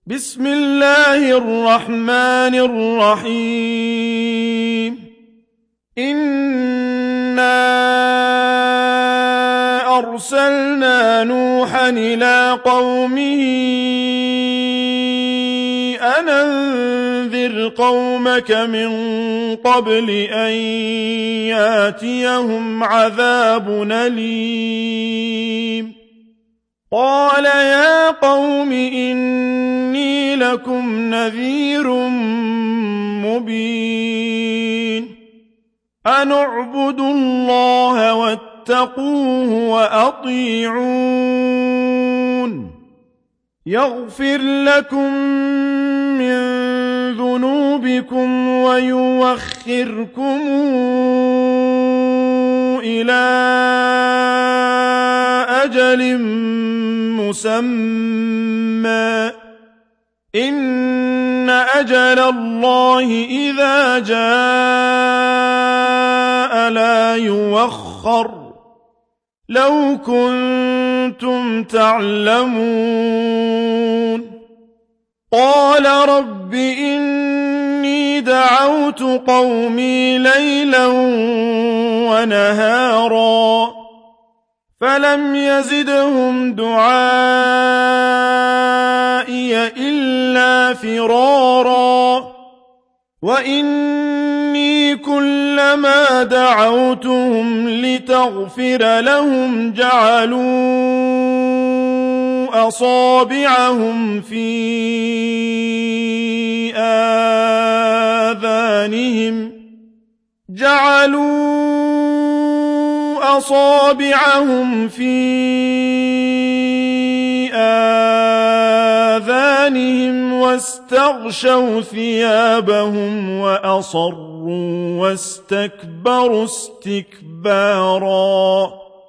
بسم الله الرحمن الرحيم إنا أرسلنا نوحا إلى قومه أن أنذر قومك من قبل أن ياتيهم عذاب أليم قال يا قوم إني لكم نذير مبين أن اعبدوا الله واتقوه وأطيعون يغفر لكم من ذنوبكم ويوخركم إلى أجل مسمى إن أجل الله إذا جاء لا يوخر لو كنتم تعلمون قال رب إني دعوت قومي ليلا ونهارا فلم يزدهم دعائي إلا فرارا وإني كلما دعوتهم لتغفر لهم جعلوا أصابعهم في آذانهم واستغشوا ثيابهم وأصروا واستكبروا استكبارا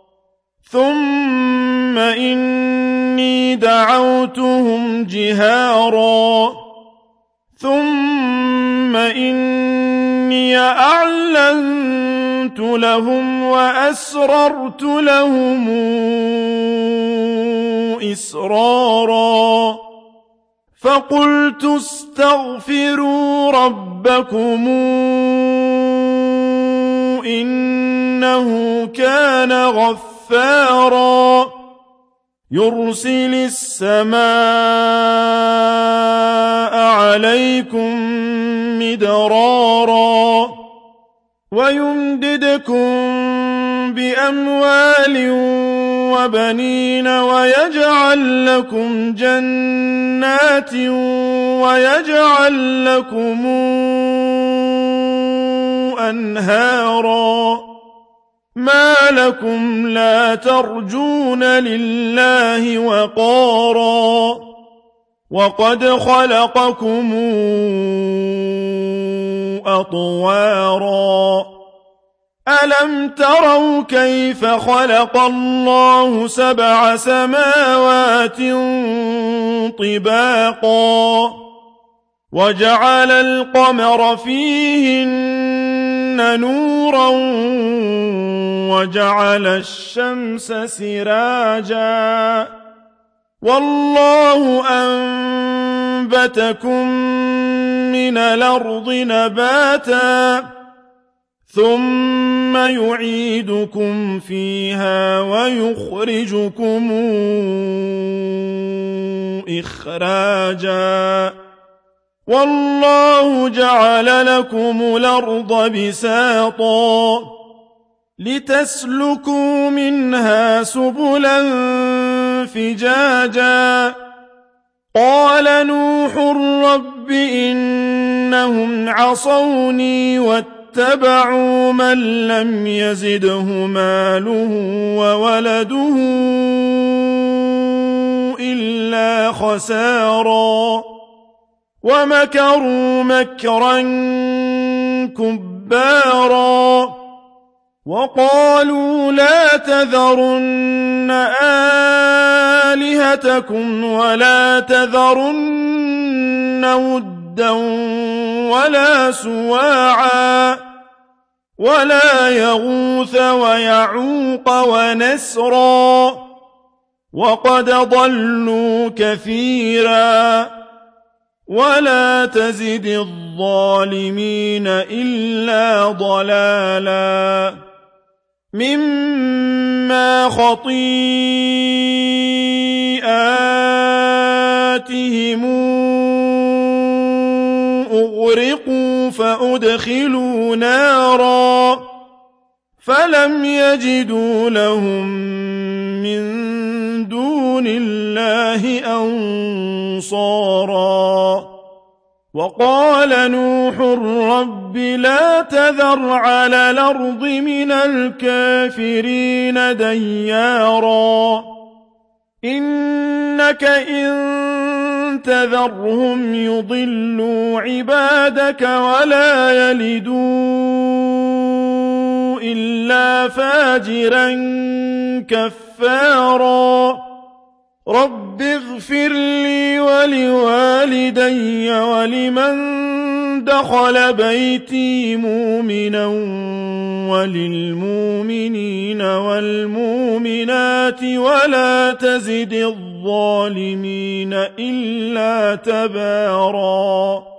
ثم إني دعوتهم جهارا ثم إني أعلنت لهم وأسررت لهم إسرارا فقلت استغفروا ربكم إنه كان غفارا يرسل السماء عليكم مدرارا ويمددكم بأموال وبنين ويجعل لكم جنات ويجعل لكم أنهارا ما لكم لا ترجون لله وقارا وقد خلقكم أطوارا ألم تروا كيف خلق الله 7 سماوات طباقا وجعل القمر فيهن نورا وجعل الشمس سراجا والله أنبتكم من الأرض نباتا ثم يعيدكم فيها ويخرجكم إخراجا والله جعل لكم الأرض بساطا لتسلكوا منها سبلا فجاجا قال نوح رب إنهم عصوني واتبعوا من لم يزده ماله وولده إلا خسارا ومكروا مكرا كبارا وقالوا لا تذرن آلهتكم ولا تذرن ودا ولا سواعا ولا يغوث ويعوق ونسرا وقد ضلوا كثيرا ولا تزد الظالمين إلا ضلالا مما خطيئاتهم أغرقوا فأدخلوا نارا فلم يجدوا لهم من دون الله أنصارا وقال نوح رب لا تذر على الأرض من الكافرين ديارا إنك إن تذرهم يضلوا عبادك ولا يلدوا إلا فاجرا كفارا رب اغفر لي ولوالدي ولمن دخل بيتي مؤمنا وللمؤمنين والمؤمنات ولا تزد الظالمين إلا تباراً